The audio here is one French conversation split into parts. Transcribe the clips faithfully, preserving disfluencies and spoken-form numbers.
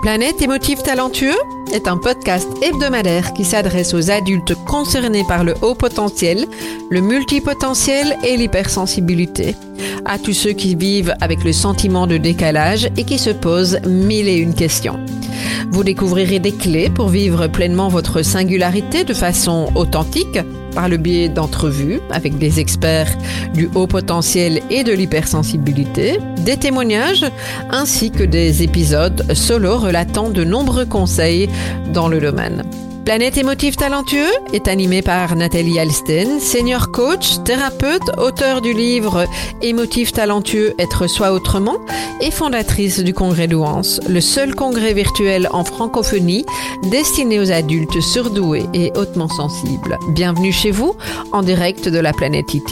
Planète émotif talentueux est un podcast hebdomadaire qui s'adresse aux adultes concernés par le haut potentiel, le multipotentiel et l'hypersensibilité. À tous ceux qui vivent avec le sentiment de décalage et qui se posent mille et une questions. Vous découvrirez des clés pour vivre pleinement votre singularité de façon authentique par le biais d'entrevues avec des experts du haut potentiel et de l'hypersensibilité, des témoignages ainsi que des épisodes solo relatant de nombreux conseils dans le domaine. Planète émotif talentueux est animé par Nathalie Alsten, senior coach, thérapeute, auteure du livre Émotif talentueux, être soi autrement et fondatrice du congrès Douance, le seul congrès virtuel en francophonie destiné aux adultes surdoués et hautement sensibles. Bienvenue chez vous, en direct de la planète Iti.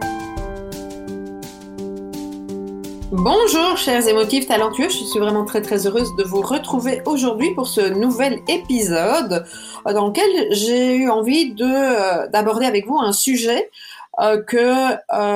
Bonjour chers émotifs talentueux, je suis vraiment très très heureuse de vous retrouver aujourd'hui pour ce nouvel épisode dans lequel j'ai eu envie de, euh, d'aborder avec vous un sujet euh, que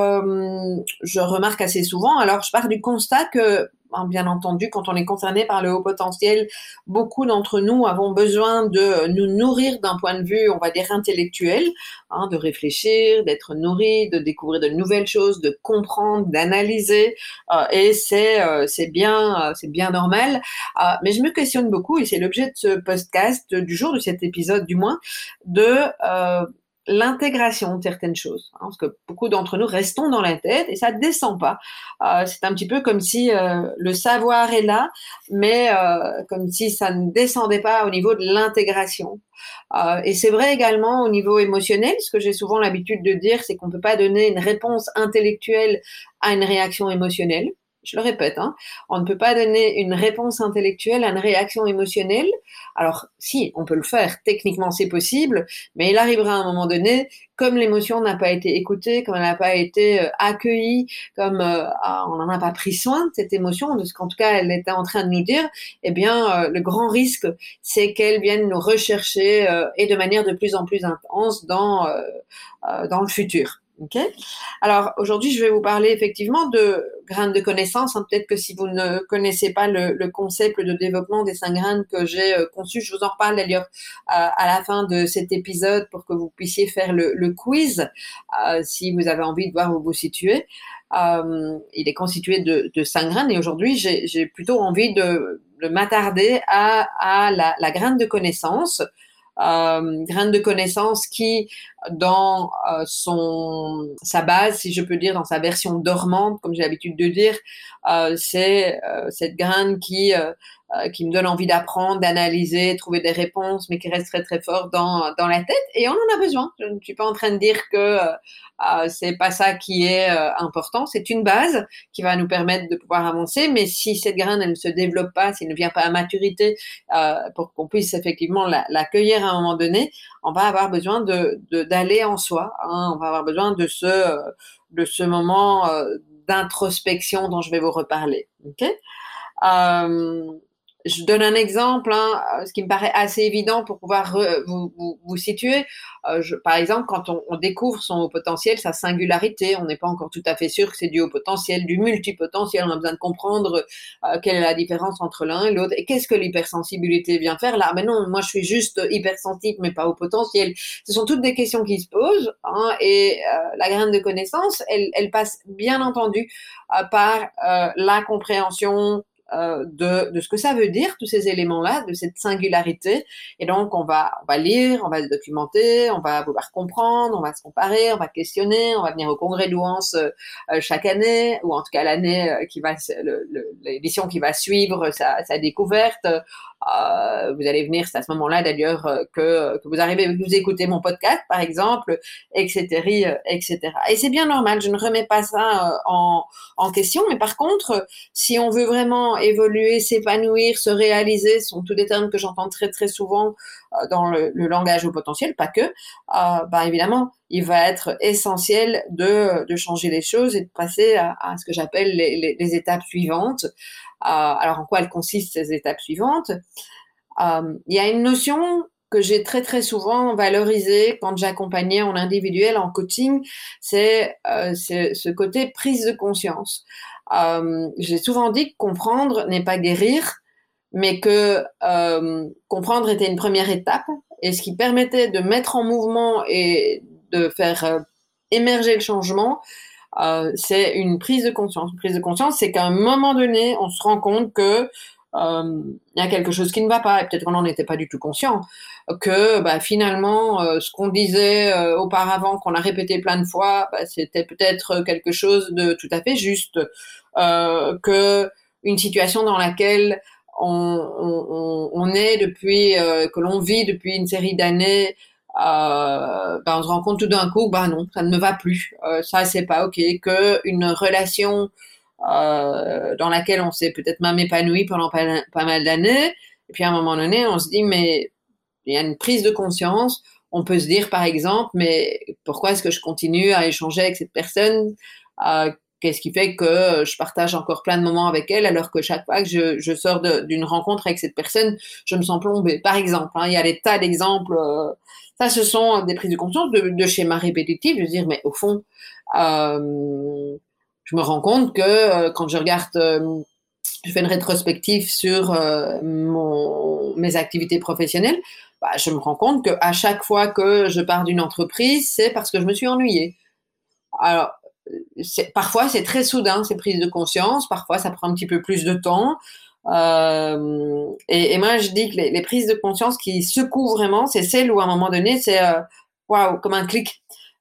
euh, je remarque assez souvent. Alors je pars du constat que, bien entendu, quand on est concerné par le haut potentiel, beaucoup d'entre nous avons besoin de nous nourrir d'un point de vue, on va dire, intellectuel, hein, de réfléchir, d'être nourri, de découvrir de nouvelles choses, de comprendre, d'analyser, euh, et c'est, euh, c'est bien, euh, c'est bien normal. Euh, mais je me questionne beaucoup, et c'est l'objet de ce podcast, du jour de cet épisode du moins, de euh, l'intégration de certaines choses, hein, parce que beaucoup d'entre nous restons dans la tête et ça descend pas. Euh, c'est un petit peu comme si euh, le savoir est là, mais euh, comme si ça ne descendait pas au niveau de l'intégration. Euh, et c'est vrai également au niveau émotionnel. Ce que j'ai souvent l'habitude de dire, c'est qu'on peut pas donner une réponse intellectuelle à une réaction émotionnelle. Je le répète, hein, on ne peut pas donner une réponse intellectuelle à une réaction émotionnelle. Alors, si, on peut le faire, techniquement c'est possible, mais il arrivera à un moment donné, comme l'émotion n'a pas été écoutée, comme elle n'a pas été euh, accueillie, comme euh, on n'en a pas pris soin de cette émotion, de ce qu'en tout cas elle était en train de nous dire, eh bien, euh, le grand risque, c'est qu'elle vienne nous rechercher euh, et de manière de plus en plus intense dans, euh, euh, dans le futur. Okay. Alors aujourd'hui, je vais vous parler effectivement de graines de connaissances. Hein. Peut-être que si vous ne connaissez pas le, le concept de développement des cinq graines que j'ai euh, conçu, je vous en reparle d'ailleurs euh, à la fin de cet épisode pour que vous puissiez faire le, le quiz euh, si vous avez envie de voir où vous situez. Euh, il est constitué de, de cinq graines et aujourd'hui, j'ai, j'ai plutôt envie de, de m'attarder à, à la, la graine de connaissance. Euh, graine de connaissance qui, dans euh, son sa base, si je peux dire, dans sa version dormante, comme j'ai l'habitude de dire, euh, c'est euh, cette graine qui euh, euh, qui me donne envie d'apprendre, d'analyser, trouver des réponses, mais qui reste très très fort dans dans la tête. Et on en a besoin. Je ne suis pas en train de dire que euh, euh, c'est pas ça qui est euh, important. C'est une base qui va nous permettre de pouvoir avancer. Mais si cette graine elle ne se développe pas, s'il ne vient pas à maturité, euh, pour qu'on puisse effectivement la, l'accueillir à un moment donné, on va avoir besoin de, de d'aller en soi. Hein, on va avoir besoin de ce de ce moment euh, d'introspection dont je vais vous reparler. Ok. Euh, je donne un exemple, hein, ce qui me paraît assez évident pour pouvoir re, vous, vous, vous situer. Euh, je, par exemple, quand on, on découvre son haut potentiel, sa singularité, on n'est pas encore tout à fait sûr que c'est du haut potentiel, du multipotentiel. On a besoin de comprendre euh, quelle est la différence entre l'un et l'autre. Et qu'est-ce que l'hypersensibilité vient faire là? Mais non, moi je suis juste hypersensible, mais pas haut potentiel. Ce sont toutes des questions qui se posent, hein, et euh, la graine de connaissance, elle, elle passe bien entendu euh, par euh, la compréhension Euh, de, de ce que ça veut dire, tous ces éléments-là, de cette singularité. Et donc, on va, on va lire, on va se documenter, on va vouloir comprendre, on va se comparer, on va questionner, on va venir au congrès Douance euh, chaque année, ou en tout cas l'année euh, qui va, le, le, l'édition qui va suivre sa, sa découverte. Euh, vous allez venir, c'est à ce moment-là d'ailleurs euh, que, que vous arrivez, que vous écoutez mon podcast, par exemple, et cetera, et cetera. Et c'est bien normal, je ne remets pas ça euh, en, en question, mais par contre, si on veut vraiment évoluer, s'épanouir, se réaliser, ce sont tous des termes que j'entends très très souvent euh, dans le, le langage au potentiel, pas que, euh, bah évidemment, il va être essentiel de, de changer les choses et de passer à, à ce que j'appelle les, les, les étapes suivantes. Euh, alors, en quoi elles consistent ces étapes suivantes? Euh, il y a une notion que j'ai très très souvent valorisée quand j'accompagnais en individuel, en coaching, c'est, euh, c'est ce côté prise de conscience. Euh, j'ai souvent dit que comprendre n'est pas guérir, mais que euh, comprendre était une première étape, et ce qui permettait de mettre en mouvement et de faire euh, émerger le changement, euh, c'est une prise de conscience. Une prise de conscience, c'est qu'à un moment donné, on se rend compte que euh, il y a quelque chose qui ne va pas, et peut-être qu'on n'en était pas du tout conscient, que bah, finalement, euh, ce qu'on disait euh, auparavant, qu'on a répété plein de fois, bah, c'était peut-être quelque chose de tout à fait juste, euh, que une situation dans laquelle on, on, on est depuis, euh, que l'on vit depuis une série d'années, euh, ben on se rend compte tout d'un coup, bah non, ça ne me va plus, euh, ça c'est pas ok, que une relation euh, dans laquelle on s'est peut-être même épanoui pendant pas, pas mal d'années, et puis à un moment donné, on se dit, mais il y a une prise de conscience, on peut se dire par exemple, mais pourquoi est-ce que je continue à échanger avec cette personne, euh, qu'est-ce qui fait que je partage encore plein de moments avec elle, alors que chaque fois que je, je sors de, d'une rencontre avec cette personne, je me sens plombée. Par exemple, hein, il y a des tas d'exemples. Euh, ça, ce sont des prises de conscience de, de schémas répétitifs. Je veux dire, mais au fond, euh, je me rends compte que euh, quand je regarde, euh, je fais une rétrospective sur euh, mon, mes activités professionnelles, bah, je me rends compte qu'à chaque fois que je pars d'une entreprise, c'est parce que je me suis ennuyée. Alors, c'est, parfois, c'est très soudain, ces prises de conscience. Parfois, ça prend un petit peu plus de temps. Euh, et, et moi, je dis que les, les prises de conscience qui secouent vraiment, c'est celles où, à un moment donné, c'est euh, waouh, comme un clic.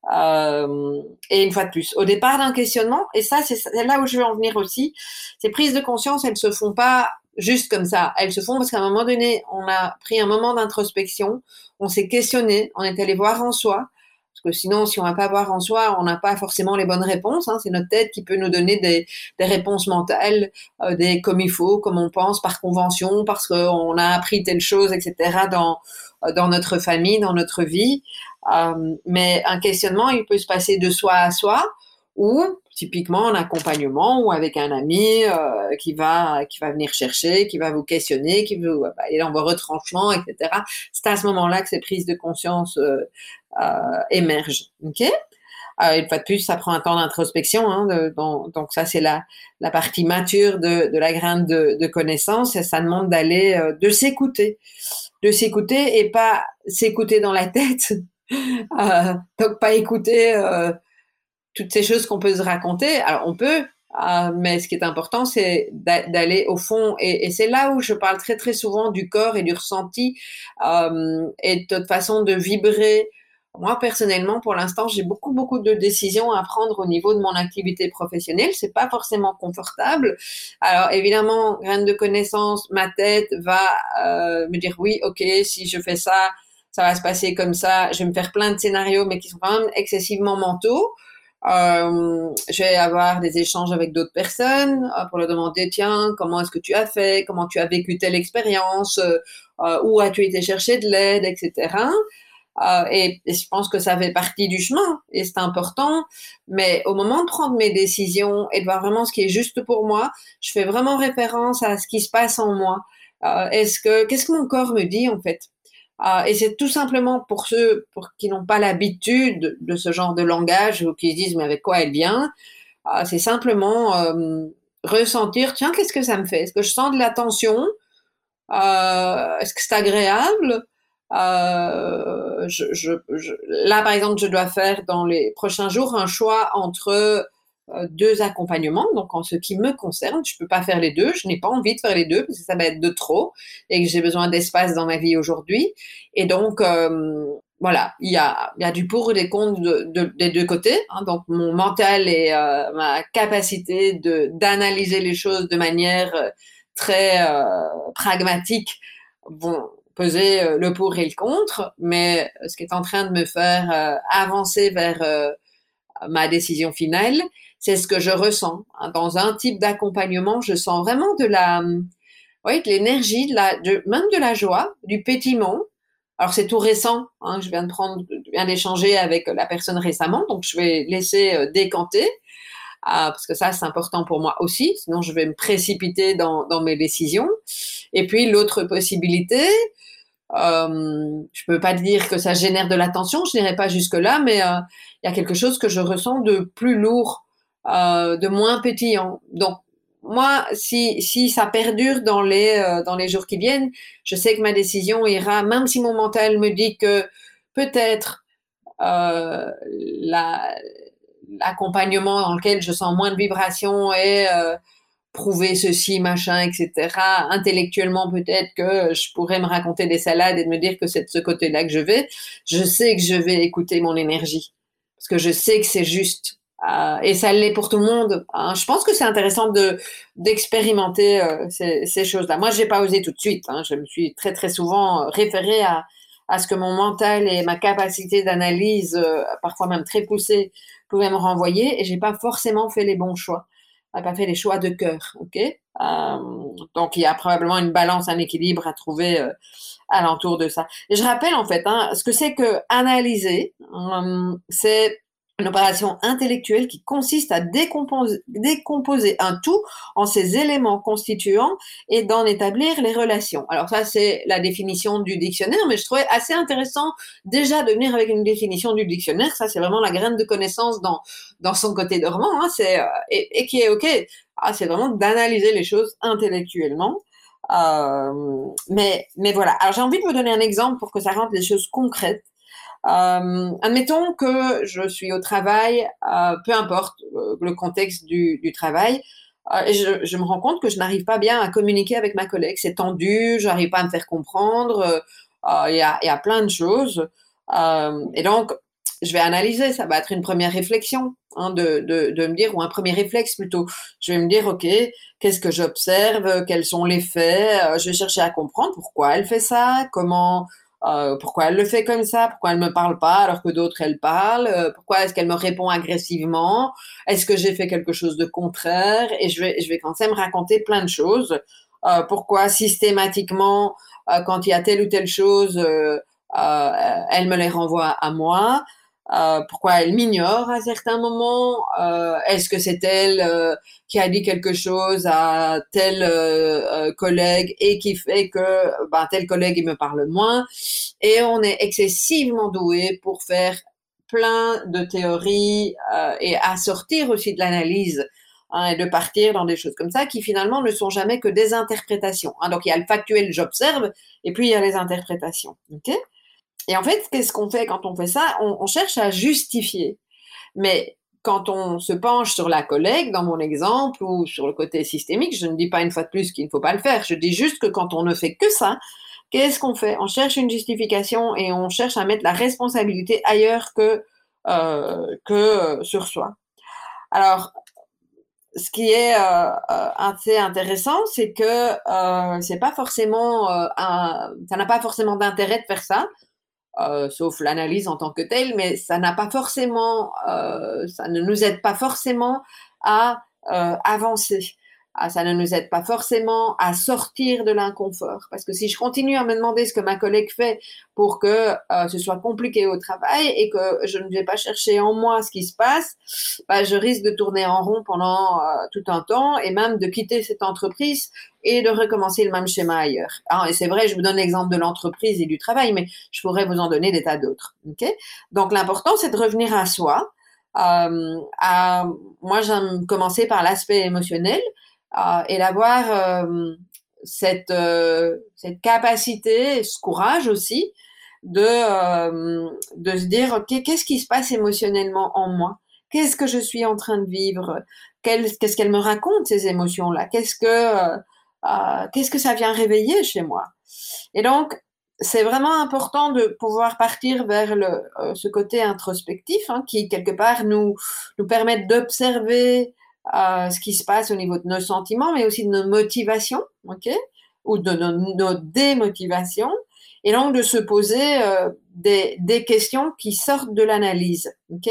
Euh, et une fois de plus, au départ d'un questionnement, et ça, c'est, c'est là où je veux en venir aussi, ces prises de conscience, elles se font pas juste comme ça. Elles se font parce qu'à un moment donné, on a pris un moment d'introspection, on s'est questionné, on est allé voir en soi. Parce que sinon, si on ne va pas voir en soi, on n'a pas forcément les bonnes réponses. Hein. C'est notre tête qui peut nous donner des, des réponses mentales, euh, des comme il faut, comme on pense, par convention, parce qu'on a appris telle chose, et cetera, dans, dans notre famille, dans notre vie. Euh, mais un questionnement, il peut se passer de soi à soi, ou typiquement en accompagnement, ou avec un ami euh, qui, va, qui va venir chercher, qui va vous questionner, qui veut bah, aller dans vos retranchements, et cetera. C'est à ce moment-là que ces prises de conscience euh, euh, émergent. Ok. Euh, une fois de plus, ça prend un temps d'introspection. Hein, de, donc, donc ça, c'est la, la partie mature de, de la graine de, de connaissance. Et ça demande d'aller, euh, de s'écouter, de s'écouter et pas s'écouter dans la tête. Euh, donc pas écouter euh, toutes ces choses qu'on peut se raconter. Alors on peut, euh, mais ce qui est important, c'est d'a- d'aller au fond. Et, et c'est là où je parle très très souvent du corps et du ressenti euh, et de toute façon de vibrer. Moi personnellement, pour l'instant, j'ai beaucoup beaucoup de décisions à prendre au niveau de mon activité professionnelle. C'est pas forcément confortable. Alors évidemment, graine de connaissance, ma tête va euh, me dire oui, ok, si je fais ça, ça va se passer comme ça. Je vais me faire plein de scénarios, mais qui sont quand même excessivement mentaux. Euh, je vais avoir des échanges avec d'autres personnes euh, pour leur demander, tiens, comment est-ce que tu as fait, comment tu as vécu telle expérience, euh, euh, où as-tu été chercher de l'aide, et cetera. Euh, et, et je pense que ça fait partie du chemin et c'est important. Mais au moment de prendre mes décisions et de voir vraiment ce qui est juste pour moi, je fais vraiment référence à ce qui se passe en moi. Euh, est-ce que, qu'est-ce que mon corps me dit en fait? Euh, et c'est tout simplement pour ceux pour qui n'ont pas l'habitude de ce genre de langage ou qui se disent mais avec quoi elle vient, euh, c'est simplement euh, ressentir, tiens, qu'est-ce que ça me fait? Est-ce que je sens de la tension? Euh, est-ce que c'est agréable? Euh, je, je, je, là, par exemple, je dois faire dans les prochains jours un choix entre euh, deux accompagnements. Donc, en ce qui me concerne, je peux pas faire les deux. Je n'ai pas envie de faire les deux parce que ça va être de trop et que j'ai besoin d'espace dans ma vie aujourd'hui. Et donc, euh, voilà, il y a, il y a du pour et des contre de, de, des deux côtés. Hein. Donc, mon mental et euh, ma capacité de d'analyser les choses de manière euh, très euh, pragmatique vont peser euh, le pour et le contre, mais ce qui est en train de me faire euh, avancer vers euh, ma décision finale, c'est ce que je ressens. Hein. Dans un type d'accompagnement, je sens vraiment de la, oui, de l'énergie, de la, de, même de la joie, du pétillement. Alors c'est tout récent, hein, je viens de prendre, je viens d'échanger avec la personne récemment, donc je vais laisser euh, décanter. Ah, parce que ça, c'est important pour moi aussi, sinon je vais me précipiter dans, dans mes décisions. Et puis l'autre possibilité, euh, je peux pas dire que ça génère de la tension, je n'irai pas jusque-là, mais euh, il y a quelque chose que je ressens de plus lourd, euh, de moins pétillant. Donc, moi, si, si ça perdure dans les, euh, dans les jours qui viennent, je sais que ma décision ira, même si mon mental me dit que peut-être euh, la, l'accompagnement dans lequel je sens moins de vibrations et euh, prouver ceci, machin, et cetera. Intellectuellement, peut-être que je pourrais me raconter des salades et me dire que c'est de ce côté-là que je vais. Je sais que je vais écouter mon énergie parce que je sais que c'est juste. Euh, et ça l'est pour tout le monde. Hein. Je pense que c'est intéressant de d'expérimenter euh, ces, ces choses-là. Moi, j'ai pas osé tout de suite. Hein. Je me suis très très souvent référée à à ce que mon mental et ma capacité d'analyse, euh, parfois même très poussée, pouvaient me renvoyer, et j'ai pas forcément fait les bons choix. J'ai pas fait les choix de cœur, ok. Euh, donc il y a probablement une balance, un équilibre à trouver euh, alentour de ça. Et je rappelle en fait, hein, ce que c'est que analyser, euh, c'est une opération intellectuelle qui consiste à décomposer, décomposer un tout en ses éléments constituants et d'en établir les relations. Alors ça, c'est la définition du dictionnaire, mais je trouvais assez intéressant déjà de venir avec une définition du dictionnaire. Ça, c'est vraiment la graine de connaissance dans, dans son côté dormant, hein, c'est, euh, et, et qui est OK. Ah, c'est vraiment d'analyser les choses intellectuellement. Euh, mais, mais voilà. Alors, j'ai envie de vous donner un exemple pour que ça rende les choses concrètes. Euh, admettons que je suis au travail, euh, peu importe euh, le contexte du, du travail, euh, et je, je me rends compte que je n'arrive pas bien à communiquer avec ma collègue. C'est tendu, je n'arrive pas à me faire comprendre. euh, euh, Il y a, il y a plein de choses. Euh, et donc, je vais analyser. Ça va être une première réflexion, hein, de, de, de me dire, ou un premier réflexe plutôt. Je vais me dire, OK, qu'est-ce que j'observe? Quels sont les faits? Euh, Je vais chercher à comprendre pourquoi elle fait ça, comment euh, pourquoi elle le fait comme ça, pourquoi elle me parle pas alors que d'autres elle parlent, euh, pourquoi est-ce qu'elle me répond agressivement, est-ce que j'ai fait quelque chose de contraire, et je vais je vais quand même raconter plein de choses. Euh, pourquoi systématiquement euh, quand il y a telle ou telle chose, euh, euh, elle me les renvoie à moi. Euh, pourquoi elle m'ignore à certains moments, euh, est-ce que c'est elle euh, qui a dit quelque chose à tel euh, euh, collègue et qui fait que ben, tel collègue il me parle moins, et on est excessivement doué pour faire plein de théories euh, et à sortir aussi de l'analyse, hein, et de partir dans des choses comme ça qui finalement ne sont jamais que des interprétations, hein. Donc il y a le factuel, j'observe, et puis il y a les interprétations, ok. Et en fait, qu'est-ce qu'on fait quand on fait ça? On, on cherche à justifier. Mais quand on se penche sur la collègue, dans mon exemple, ou sur le côté systémique, je ne dis pas une fois de plus qu'il ne faut pas le faire. Je dis juste que quand on ne fait que ça, qu'est-ce qu'on fait? On cherche une justification et on cherche à mettre la responsabilité ailleurs que, euh, que euh, sur soi. Alors, ce qui est euh, euh, assez intéressant, c'est que euh, c'est pas forcément euh, un, ça n'a pas forcément d'intérêt de faire ça. Euh, sauf l'analyse en tant que telle, mais ça n'a pas forcément, euh, ça ne nous aide pas forcément à euh, avancer. Ah, ça ne nous aide pas forcément à sortir de l'inconfort. Parce que si je continue à me demander ce que ma collègue fait pour que euh, ce soit compliqué au travail et que je ne vais pas chercher en moi ce qui se passe, bah, je risque de tourner en rond pendant euh, tout un temps et même de quitter cette entreprise et de recommencer le même schéma ailleurs. Ah, et c'est vrai, je vous donne l'exemple de l'entreprise et du travail, mais je pourrais vous en donner des tas d'autres. Okay. Donc l'important, c'est de revenir à soi. Euh, à, moi, j'aime commencer par l'aspect émotionnel euh, et d'avoir euh, cette, euh, cette capacité, ce courage aussi, de, euh, de se dire, OK, qu'est-ce qui se passe émotionnellement en moi? Qu'est-ce que je suis en train de vivre? Quelle, qu'est-ce qu'elle me raconte, ces émotions-là? Qu'est-ce que, euh, euh, qu'est-ce que ça vient réveiller chez moi? Et donc, c'est vraiment important de pouvoir partir vers le, euh, ce côté introspectif, hein, qui, quelque part, nous, nous permet d'observer euh, ce qui se passe au niveau de nos sentiments, mais aussi de nos motivations, ok, ou de nos, nos démotivations, et donc de se poser euh, des, des questions qui sortent de l'analyse, ok.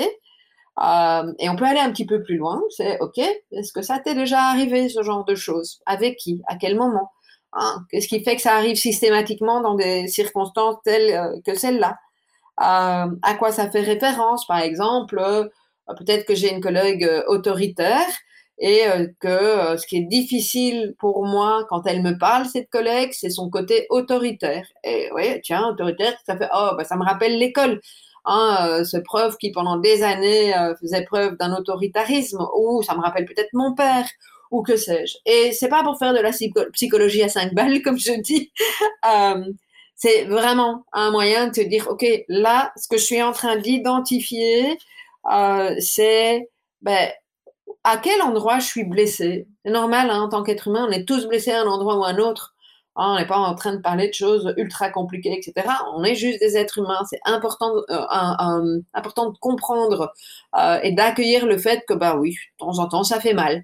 Euh, et on peut aller un petit peu plus loin, c'est ok, est-ce que ça t'est déjà arrivé ce genre de choses? Avec qui? À quel moment? Hein, qu'est-ce qui fait que ça arrive systématiquement dans des circonstances telles euh, que celle-là? Euh, à quoi ça fait référence? Par exemple, euh, peut-être que j'ai une collègue euh, autoritaire et euh, que euh, ce qui est difficile pour moi quand elle me parle, cette collègue, c'est son côté autoritaire. Et oui, tiens, autoritaire, ça fait, oh, bah, ça me rappelle l'école. Hein, euh, ce prof qui pendant des années euh, faisait preuve d'un autoritarisme, ou ça me rappelle peut-être mon père, ou que sais-je. Et c'est pas pour faire de la psychologie à cinq balles, comme je dis. Euh, c'est vraiment un moyen de te dire, OK, là, ce que je suis en train d'identifier, euh, c'est ben, à quel endroit je suis blessée. C'est normal, hein, en tant qu'être humain, on est tous blessés à un endroit ou à un autre. Hein, on n'est pas en train de parler de choses ultra compliquées, et cetera. On est juste des êtres humains. C'est important, euh, un, un, important de comprendre euh, et d'accueillir le fait que, bah oui, de temps en temps, ça fait mal.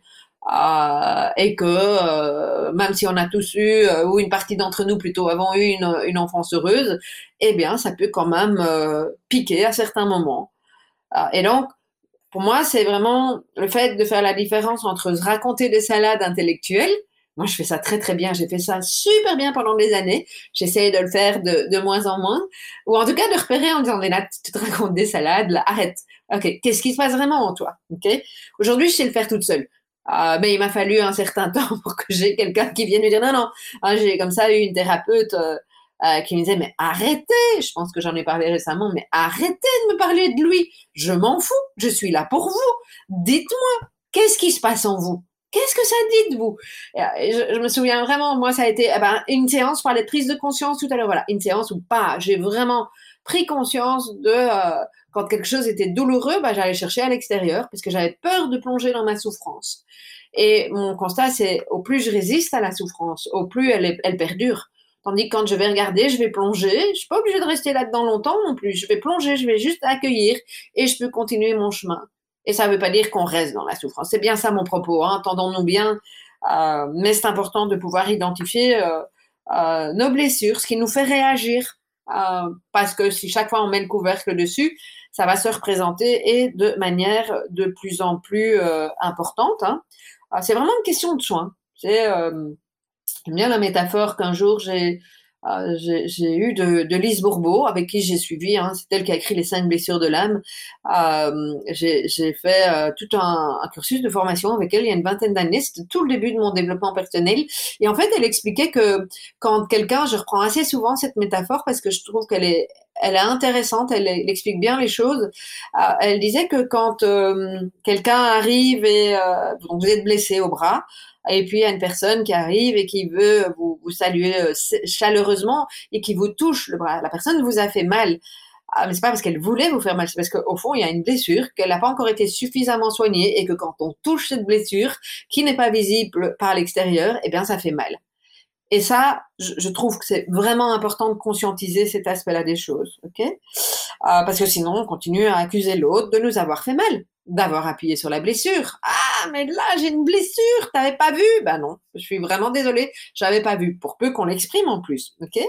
Euh, et que euh, même si on a tous eu, euh, ou une partie d'entre nous plutôt, avons eu une, une enfance heureuse, eh bien, ça peut quand même euh, piquer à certains moments. Euh, et donc, pour moi, c'est vraiment le fait de faire la différence entre se raconter des salades intellectuelles. Moi, je fais ça très très bien. J'ai fait ça super bien pendant des années. J'essaye de le faire de, de moins en moins. Ou en tout cas de repérer en disant, mais là, tu te racontes des salades, là, arrête. OK, qu'est-ce qui se passe vraiment en toi? OK? Aujourd'hui, je sais le faire toute seule. Euh, mais il m'a fallu un certain temps pour que j'ai quelqu'un qui vienne me dire, non, non, hein, j'ai comme ça eu une thérapeute euh, euh, qui me disait, mais arrêtez, je pense que j'en ai parlé récemment, mais arrêtez de me parler de lui. Je m'en fous, je suis là pour vous. Dites-moi, qu'est-ce qui se passe en vous? Qu'est-ce que ça dit de vous? Et je, je me souviens vraiment, moi, ça a été eh ben, une séance, je parlais de prise de conscience tout à l'heure, voilà, une séance où pas, j'ai vraiment pris conscience de euh, quand quelque chose était douloureux, bah, j'allais chercher à l'extérieur parce que j'avais peur de plonger dans ma souffrance. Et mon constat, c'est au plus je résiste à la souffrance, au plus elle, est, elle perdure. Tandis que quand je vais regarder, je vais plonger. Je suis pas obligée de rester là-dedans longtemps non plus. Je vais plonger, je vais juste accueillir et je peux continuer mon chemin. Et ça ne veut pas dire qu'on reste dans la souffrance. C'est bien ça mon propos, hein, entendons-nous bien. Euh, mais c'est important de pouvoir identifier euh, euh, nos blessures, ce qui nous fait réagir. Euh, parce que si chaque fois on met le couvercle dessus, ça va se représenter et de manière de plus en plus euh, importante. Hein. Euh, c'est vraiment une question de soin. C'est... Euh, J'aime bien la métaphore qu'un jour j'ai euh, j'ai, j'ai eu de, de Lise Bourbeau, avec qui j'ai suivi, hein, c'est elle qui a écrit Les cinq blessures de l'âme. Euh, j'ai, j'ai fait euh, tout un, un cursus de formation avec elle il y a une vingtaine d'années, c'était tout le début de mon développement personnel. Et en fait, elle expliquait que quand quelqu'un, je reprends assez souvent cette métaphore parce que je trouve qu'elle est, elle est intéressante, elle, elle explique bien les choses. Euh, elle disait que quand euh, quelqu'un arrive et euh, donc vous êtes blessé au bras, et puis il y a une personne qui arrive et qui veut vous, vous saluer euh, chaleureusement et qui vous touche le bras. La personne vous a fait mal. Ah, mais c'est pas parce qu'elle voulait vous faire mal, c'est parce qu'au fond, il y a une blessure, qu'elle n'a pas encore été suffisamment soignée et que quand on touche cette blessure, qui n'est pas visible par l'extérieur, eh bien, ça fait mal. Et ça, je, je trouve que c'est vraiment important de conscientiser cet aspect-là des choses, ok? Euh, parce que sinon, on continue à accuser l'autre de nous avoir fait mal, d'avoir appuyé sur la blessure. Ah, mais là, j'ai une blessure, t'avais pas vu? Ben non, je suis vraiment désolée, j'avais pas vu, pour peu qu'on l'exprime en plus, ok?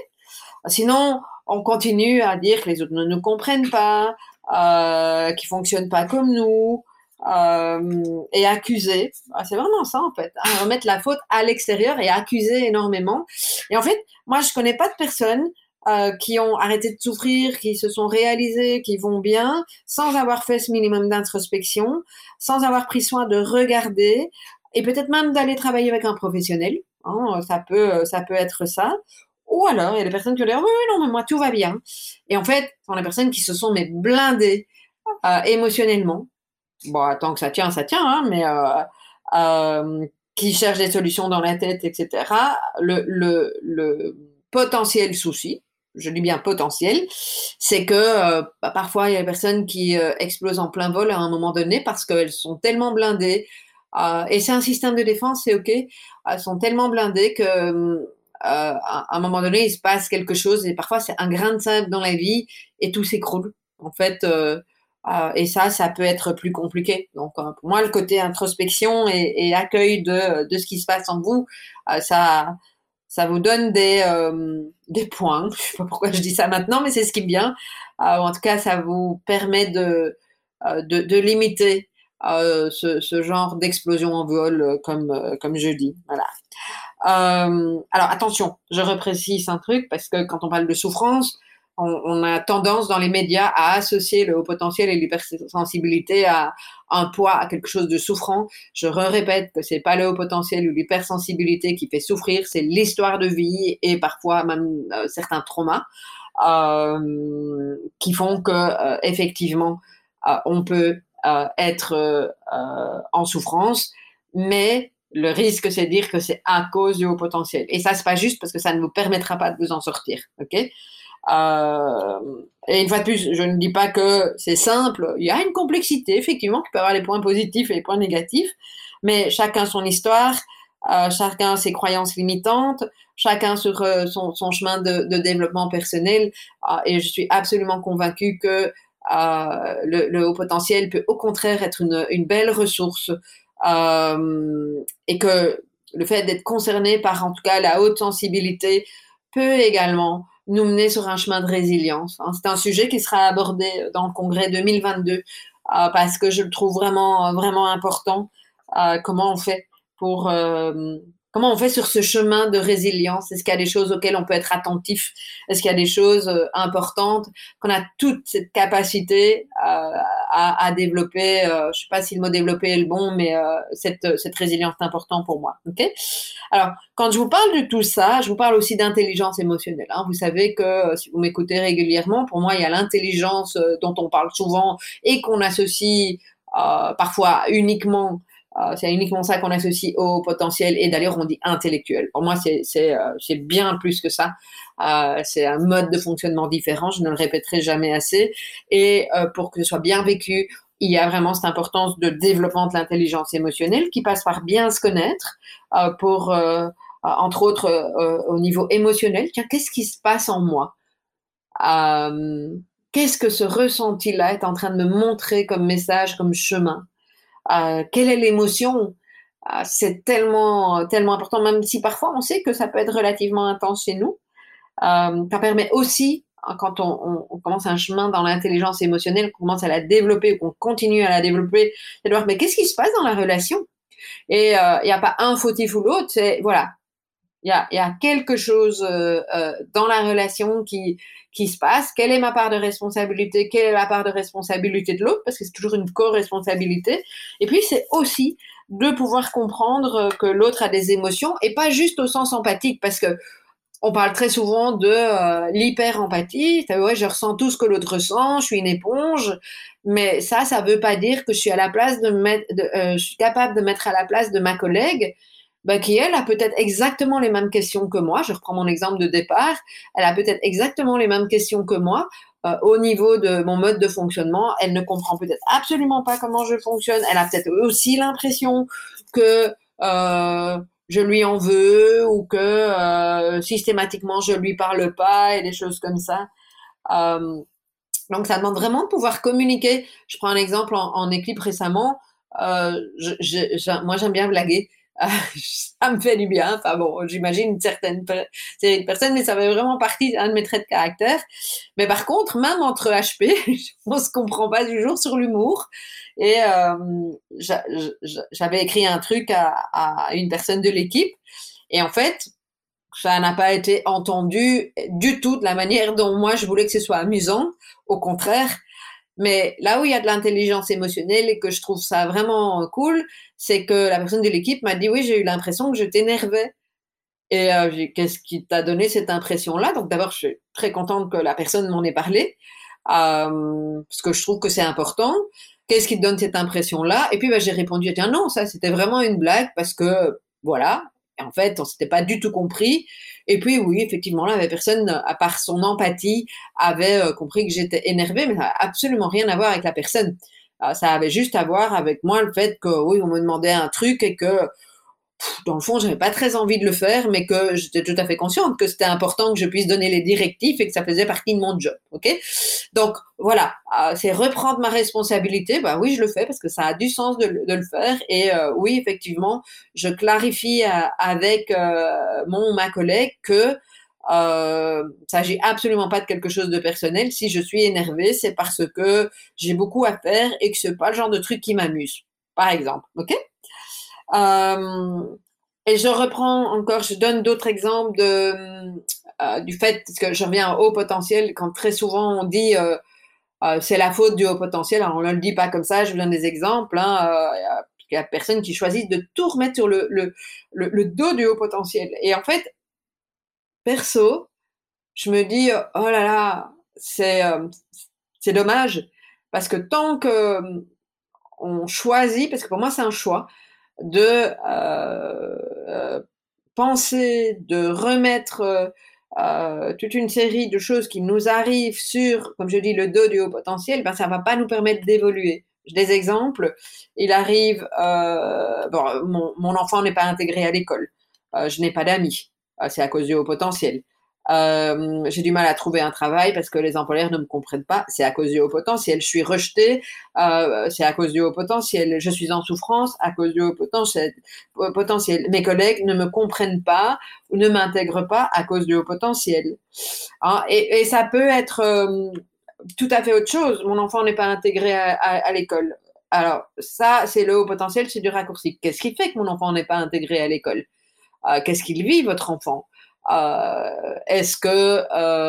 Sinon, on continue à dire que les autres ne nous comprennent pas, euh, qu'ils fonctionnent pas comme nous, euh, et accuser. Ah, c'est vraiment ça en fait, hein, remettre la faute à l'extérieur et accuser énormément. Et en fait, moi, je connais pas de personnes euh, qui ont arrêté de souffrir, qui se sont réalisées, qui vont bien, sans avoir fait ce minimum d'introspection, sans avoir pris soin de regarder, et peut-être même d'aller travailler avec un professionnel. Hein, ça peut, ça peut être ça. Ou alors, il y a des personnes qui vont dire, oui, oui, non, mais moi, tout va bien. Et en fait, ce sont les personnes qui se sont mais blindées euh, émotionnellement. Bon, tant que ça tient, ça tient, hein, mais euh, euh, qui cherchent des solutions dans la tête, et cetera. Le, le, le potentiel souci, je dis bien potentiel, c'est que euh, bah, parfois, il y a des personnes qui euh, explosent en plein vol à un moment donné parce qu'elles sont tellement blindées, euh, et c'est un système de défense, c'est OK, elles sont tellement blindées que... Euh, à un moment donné, il se passe quelque chose et parfois c'est un grain de sable dans la vie et tout s'écroule. En fait, euh, euh, et ça, ça peut être plus compliqué. Donc, euh, pour moi, le côté introspection et, et accueil de, de ce qui se passe en vous, euh, ça, ça vous donne des, euh, des points. Je sais pas pourquoi je dis ça maintenant, mais c'est ce qui est bien. Euh, en tout cas, ça vous permet de, euh, de, de limiter euh, ce, ce genre d'explosion en vol, euh, comme, euh, comme je dis. Voilà. Euh, alors attention, je reprécise un truc parce que quand on parle de souffrance, on, on a tendance dans les médias à associer le haut potentiel et l'hypersensibilité à un poids, à quelque chose de souffrant. Je répète que c'est pas le haut potentiel ou l'hypersensibilité qui fait souffrir, c'est l'histoire de vie et parfois même euh, certains traumas euh, qui font que euh, effectivement euh, on peut euh, être euh, en souffrance, mais Le risque, c'est de dire que c'est à cause du haut potentiel. Et ça, c'est pas juste parce que ça ne vous permettra pas de vous en sortir. Ok. Euh, et une fois de plus, je ne dis pas que c'est simple. Il y a une complexité, effectivement, qui peut avoir les points positifs et les points négatifs, mais chacun son histoire, euh, chacun ses croyances limitantes, chacun sur euh, son, son, chemin de, de développement personnel. Euh, et je suis absolument convaincue que euh, le, le haut potentiel peut au contraire être une, une belle ressource, euh, et que le fait d'être concerné par, en tout cas, la haute sensibilité peut également nous mener sur un chemin de résilience. C'est un sujet qui sera abordé dans le congrès deux mille vingt-deux, euh, parce que je le trouve vraiment, vraiment important. Euh, comment on fait pour, euh, comment on fait sur ce chemin de résilience? Est-ce qu'il y a des choses auxquelles on peut être attentif? Est-ce qu'il y a des choses euh, importantes qu'on a toute cette capacité euh, à, à développer? Euh, je ne sais pas si le mot développer est le bon, mais euh, cette, cette résilience est importante pour moi. Ok. Alors, quand je vous parle de tout ça, je vous parle aussi d'intelligence émotionnelle. Hein. Vous savez que euh, si vous m'écoutez régulièrement, pour moi, il y a l'intelligence euh, dont on parle souvent et qu'on associe euh, parfois uniquement, euh, c'est uniquement ça qu'on associe au potentiel, et d'ailleurs on dit intellectuel. Pour moi, c'est, c'est, euh, c'est bien plus que ça. Euh, c'est un mode de fonctionnement différent, je ne le répéterai jamais assez. Et euh, pour que ce soit bien vécu, il y a vraiment cette importance de développement de l'intelligence émotionnelle qui passe par bien se connaître, euh, pour, euh, entre autres, euh, au niveau émotionnel. Tiens, qu'est-ce qui se passe en moi? Euh, qu'est-ce que ce ressenti-là est en train de me montrer comme message, comme chemin? Euh, quelle est l'émotion? Euh, c'est tellement, tellement important, même si parfois on sait que ça peut être relativement intense chez nous. Euh, ça permet aussi, quand on, on, on commence un chemin dans l'intelligence émotionnelle, qu'on commence à la développer, qu'on continue à la développer, c'est de voir, mais qu'est-ce qui se passe dans la relation? Et il euh, n'y a pas un fautif ou l'autre, c'est, voilà, il y a, y a quelque chose euh, euh, dans la relation qui, qui se passe. Quelle est ma part de responsabilité? Quelle est la part de responsabilité de l'autre? Parce que c'est toujours une co-responsabilité. Et puis, c'est aussi de pouvoir comprendre que l'autre a des émotions, et pas juste au sens empathique, parce que on parle très souvent de euh, l'hyper-empathie. Ouais, je ressens tout ce que l'autre ressent, je suis une éponge. Mais ça, ça veut pas dire que je suis à la place de mettre, de, euh, je suis capable de mettre à la place de ma collègue, bah, qui elle a peut-être exactement les mêmes questions que moi. Je reprends mon exemple de départ. Elle a peut-être exactement les mêmes questions que moi. Euh, au niveau de mon mode de fonctionnement, elle ne comprend peut-être absolument pas comment je fonctionne. Elle a peut-être aussi l'impression que euh, je lui en veux, ou que euh, systématiquement je lui parle pas, et des choses comme ça. Euh, donc ça demande vraiment de pouvoir communiquer. Je prends un exemple en, en équipe récemment. Euh, je, je, je, moi j'aime bien blaguer. Ça me fait du bien. Enfin bon, j'imagine une certaine c'est une personne, mais ça fait vraiment partie d'un de mes traits de caractère. Mais par contre, même entre H P, on se comprend pas du jour sur l'humour. Et euh, j'avais écrit un truc à, à une personne de l'équipe, et en fait, ça n'a pas été entendu du tout de la manière dont moi je voulais que ce soit amusant. Au contraire. Mais là où il y a de l'intelligence émotionnelle et que je trouve ça vraiment cool, c'est que la personne de l'équipe m'a dit, oui, j'ai eu l'impression que je t'énervais. Et euh, j'ai dit, qu'est-ce qui t'a donné cette impression-là? Donc d'abord, je suis très contente que la personne m'en ait parlé, euh, parce que je trouve que c'est important. Qu'est-ce qui te donne cette impression-là? Et puis bah, j'ai répondu, tiens, non, ça c'était vraiment une blague, parce que voilà. Et en fait, on s'était pas du tout compris. Et puis oui, effectivement, là, la personne, à part son empathie, avait euh, compris que j'étais énervée, mais ça n'a absolument rien à voir avec la personne. Euh, ça avait juste à voir avec moi, le fait que oui, on me demandait un truc, et que dans le fond, j'avais pas très envie de le faire, mais que j'étais tout à fait consciente que c'était important que je puisse donner les directives et que ça faisait partie de mon job. Ok? Donc voilà, euh, c'est reprendre ma responsabilité. Bah oui, je le fais parce que ça a du sens de, de le faire. Et euh, oui, effectivement, je clarifie euh, avec euh, mon ma collègue que euh, s'agit absolument pas de quelque chose de personnel. Si je suis énervée, c'est parce que j'ai beaucoup à faire et que c'est pas le genre de truc qui m'amuse, par exemple. Ok? Euh, et je reprends encore, je donne d'autres exemples de, euh, du fait, parce que je reviens au haut potentiel, quand très souvent on dit euh, euh, c'est la faute du haut potentiel. Alors on ne le dit pas comme ça, je vous donne des exemples. Hein, euh, il y a personne qui choisit de tout remettre sur le, le, le, le dos du haut potentiel. Et en fait, perso, je me dis, oh là là, c'est, euh, c'est dommage, parce que tant que on choisit, parce que pour moi c'est un choix, de euh, euh, penser, de remettre euh, euh, toute une série de choses qui nous arrivent sur, comme je dis, le dos du haut potentiel, ben, ça ne va pas nous permettre d'évoluer. J'ai des exemples. Il arrive, euh, bon, mon, mon enfant n'est pas intégré à l'école. Euh, je n'ai pas d'amis. Euh, c'est à cause du haut potentiel. Euh, j'ai du mal à trouver un travail parce que les employeurs ne me comprennent pas. C'est à cause du haut potentiel. Je suis rejetée. Euh, c'est à cause du haut potentiel. Je suis en souffrance à cause du haut potentiel. potentiel. Mes collègues ne me comprennent pas ou ne m'intègrent pas à cause du haut potentiel. Hein, et, et ça peut être euh, tout à fait autre chose. Mon enfant n'est pas intégré à, à, à l'école. Alors, ça, c'est le haut potentiel, c'est du raccourci. Qu'est-ce qui fait que mon enfant n'est pas intégré à l'école? Euh, qu'est-ce qu'il vit, votre enfant? Euh, est-ce que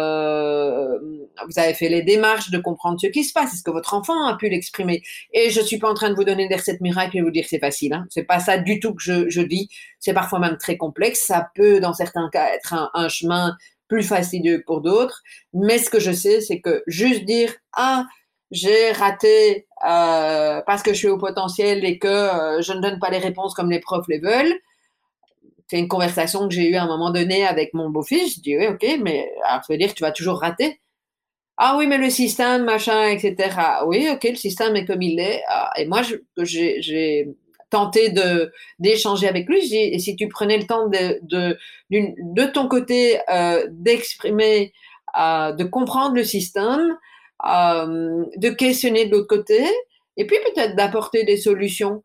euh, vous avez fait les démarches de comprendre ce qui se passe? Est-ce que votre enfant a pu l'exprimer? Et je ne suis pas en train de vous donner des recettes miracles et vous dire que c'est facile. Hein. C'est pas ça du tout que je, je dis. C'est parfois même très complexe. Ça peut, dans certains cas, être un, un chemin plus fastidieux que pour d'autres. Mais ce que je sais, c'est que juste dire ah j'ai raté euh, parce que je suis au potentiel et que euh, je ne donne pas les réponses comme les profs les veulent. C'est une conversation que j'ai eue à un moment donné avec mon beau-fils. Je dis, oui, ok, mais alors, ça veut dire que tu vas toujours rater. Ah oui, mais le système, machin, et cetera. Oui, ok, le système est comme il est. Ah, et moi, je, j'ai, j'ai tenté de, d'échanger avec lui. Je dis, et si tu prenais le temps de, de, d'une, de ton côté, euh, d'exprimer, euh, de comprendre le système, euh, de questionner de l'autre côté, et puis peut-être d'apporter des solutions.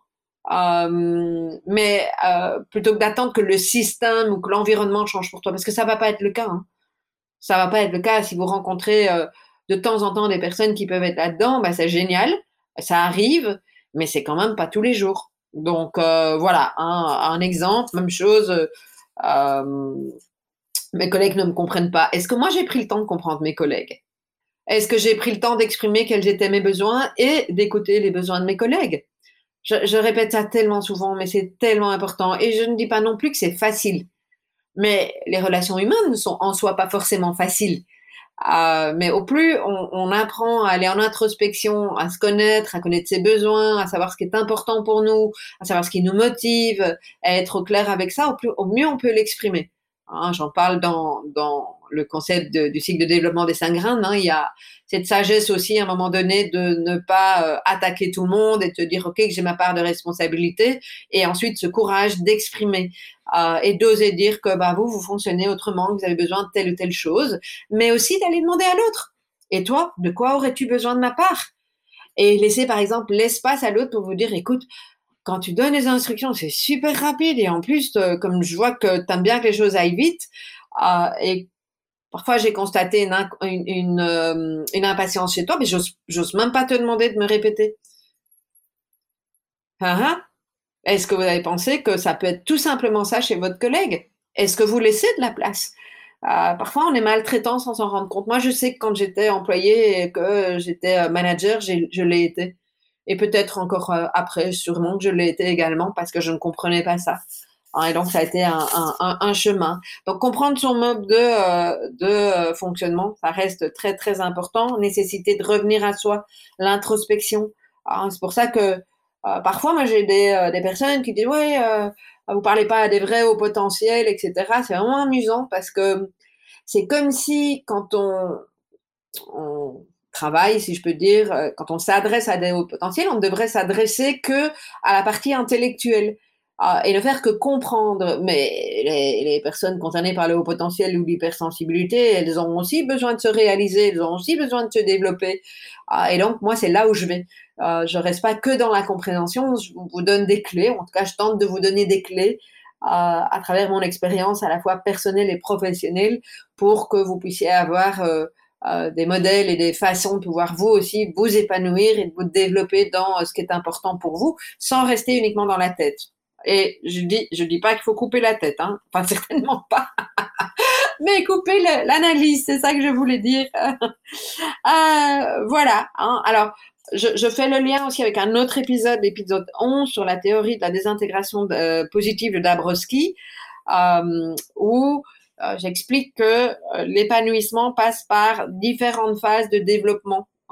Euh, mais euh, plutôt que d'attendre que le système ou que l'environnement change pour toi, parce que ça va pas être le cas. Hein. Ça va pas être le cas si vous rencontrez euh, de temps en temps des personnes qui peuvent être là-dedans, bah, c'est génial, ça arrive, mais c'est quand même pas tous les jours. Donc euh, voilà, un, un exemple, même chose. Euh, mes collègues ne me comprennent pas. Est-ce que moi j'ai pris le temps de comprendre mes collègues? Est-ce que j'ai pris le temps d'exprimer quels étaient mes besoins et d'écouter les besoins de mes collègues? Je, je répète ça tellement souvent, mais c'est tellement important. Et je ne dis pas non plus que c'est facile. Mais les relations humaines ne sont en soi pas forcément faciles. Euh, mais au plus on, on apprend à aller en introspection, à se connaître, à connaître ses besoins, à savoir ce qui est important pour nous, à savoir ce qui nous motive, à être au clair avec ça, au, plus, au mieux on peut l'exprimer. Hein, j'en parle dans, dans le concept de, du cycle de développement des cinq graines. Hein, il y a cette sagesse aussi à un moment donné de ne pas euh, attaquer tout le monde et de te dire ok que j'ai ma part de responsabilité et ensuite ce courage d'exprimer euh, et d'oser dire que bah, vous, vous fonctionnez autrement, que vous avez besoin de telle ou telle chose, mais aussi d'aller demander à l'autre. Et toi, de quoi aurais-tu besoin de ma part? Et laisser par exemple l'espace à l'autre pour vous dire écoute, quand tu donnes les instructions, c'est super rapide et en plus, euh, comme je vois que tu aimes bien que les choses aillent vite, euh, et parfois j'ai constaté une, une, une, euh, une impatience chez toi, mais j'ose, j'ose même pas te demander de me répéter. Hein, hein. Est-ce que vous avez pensé que ça peut être tout simplement ça chez votre collègue? Est-ce que vous laissez de la place? Euh, parfois, on est maltraitant sans s'en rendre compte. Moi, je sais que quand j'étais employée et que j'étais euh, manager, j'ai, je l'ai été. Et peut-être encore euh, après, sûrement que je l'ai été également parce que je ne comprenais pas ça. Hein, et donc, ça a été un, un, un, un chemin. Donc, comprendre son mode de, euh, de euh, fonctionnement, ça reste très, très important. Nécessité de revenir à soi, l'introspection. Hein, c'est pour ça que euh, parfois, moi, j'ai des, euh, des personnes qui disent, ouais, euh, vous parlez pas à des vrais hauts potentiels, et cetera. C'est vraiment amusant parce que c'est comme si quand on, on travaille, si je peux dire, euh, quand on s'adresse à des hauts potentiels, on ne devrait s'adresser que à la partie intellectuelle. Euh, et ne faire que comprendre. Mais les, les personnes concernées par le haut potentiel ou l'hypersensibilité, elles ont aussi besoin de se réaliser, elles ont aussi besoin de se développer. Euh, et donc, moi, c'est là où je vais. Euh, je reste pas que dans la compréhension, je vous donne des clés, en tout cas, je tente de vous donner des clés euh, à travers mon expérience à la fois personnelle et professionnelle pour que vous puissiez avoir euh, euh, des modèles et des façons de pouvoir vous aussi vous épanouir et de vous développer dans euh, ce qui est important pour vous sans rester uniquement dans la tête. Et je dis, je dis pas qu'il faut couper la tête, hein. Enfin certainement pas, mais couper le, l'analyse, c'est ça que je voulais dire. euh, voilà. Hein. Alors, je, je fais le lien aussi avec un autre épisode, l'épisode onze, sur la théorie de la désintégration de, euh, positive de Dabrowski, euh, où euh, j'explique que euh, l'épanouissement passe par différentes phases de développement.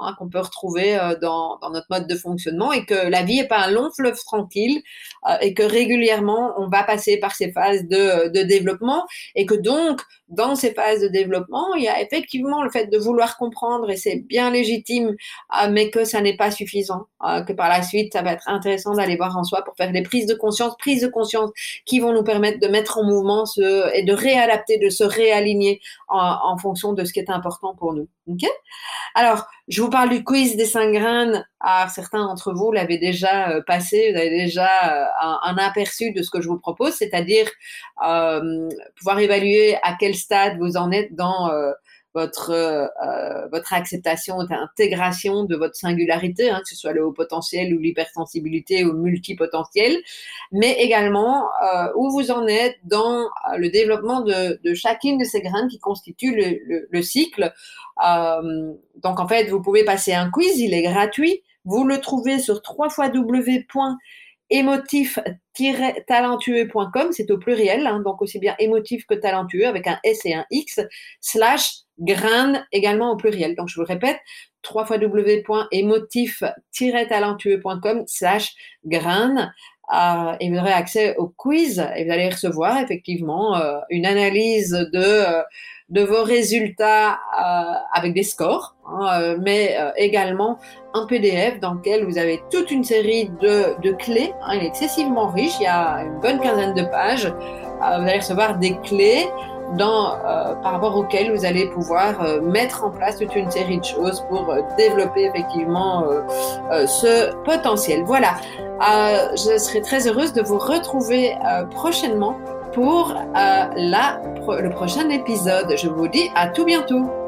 hein, qu'on peut retrouver euh, dans, dans notre mode de fonctionnement, et que la vie n'est pas un long fleuve tranquille, euh, et que régulièrement on va passer par ces phases de, de développement, et que donc dans ces phases de développement, il y a effectivement le fait de vouloir comprendre, et c'est bien légitime, euh, mais que ça n'est pas suffisant, euh, que par la suite ça va être intéressant d'aller voir en soi pour faire des prises de conscience, prises de conscience qui vont nous permettre de mettre en mouvement ce, et de réadapter, de se réaligner en, en fonction de ce qui est important pour nous. Okay? Alors, je vous parle du quiz des cinq graines. Alors, certains d'entre vous l'avaient déjà euh, passé, vous avez déjà euh, un, un aperçu de ce que je vous propose, c'est-à-dire euh, pouvoir évaluer à quel stade vous en êtes dans euh, votre euh, votre acceptation, votre intégration de votre singularité, hein, que ce soit le haut potentiel ou l'hypersensibilité ou le multipotentiel, mais également euh, où vous en êtes dans euh, le développement de, de chacune de ces graines qui constituent le, le, le cycle. Euh, donc en fait, vous pouvez passer un quiz, il est gratuit. Vous le trouvez sur w w w point émotif tiret talentueux point com, c'est au pluriel, hein, donc aussi bien émotif que talentueux avec un S et un X, slash graines également au pluriel. Donc je vous le répète, w w w point émotif tiret talentueux point com slash graines. Euh, et vous aurez accès au quiz et vous allez recevoir effectivement euh, une analyse de, euh, de vos résultats euh, avec des scores, hein, euh, mais euh, également un P D F dans lequel vous avez toute une série de, de clés. Hein, il est excessivement riche, il y a une bonne quinzaine de pages. Euh, vous allez recevoir des clés dans, euh, par rapport auxquelles vous allez pouvoir euh, mettre en place toute une série de choses pour euh, développer effectivement euh, euh, ce potentiel. Voilà, euh, je serai très heureuse de vous retrouver euh, prochainement pour euh, la, le prochain épisode. Je vous dis à tout bientôt.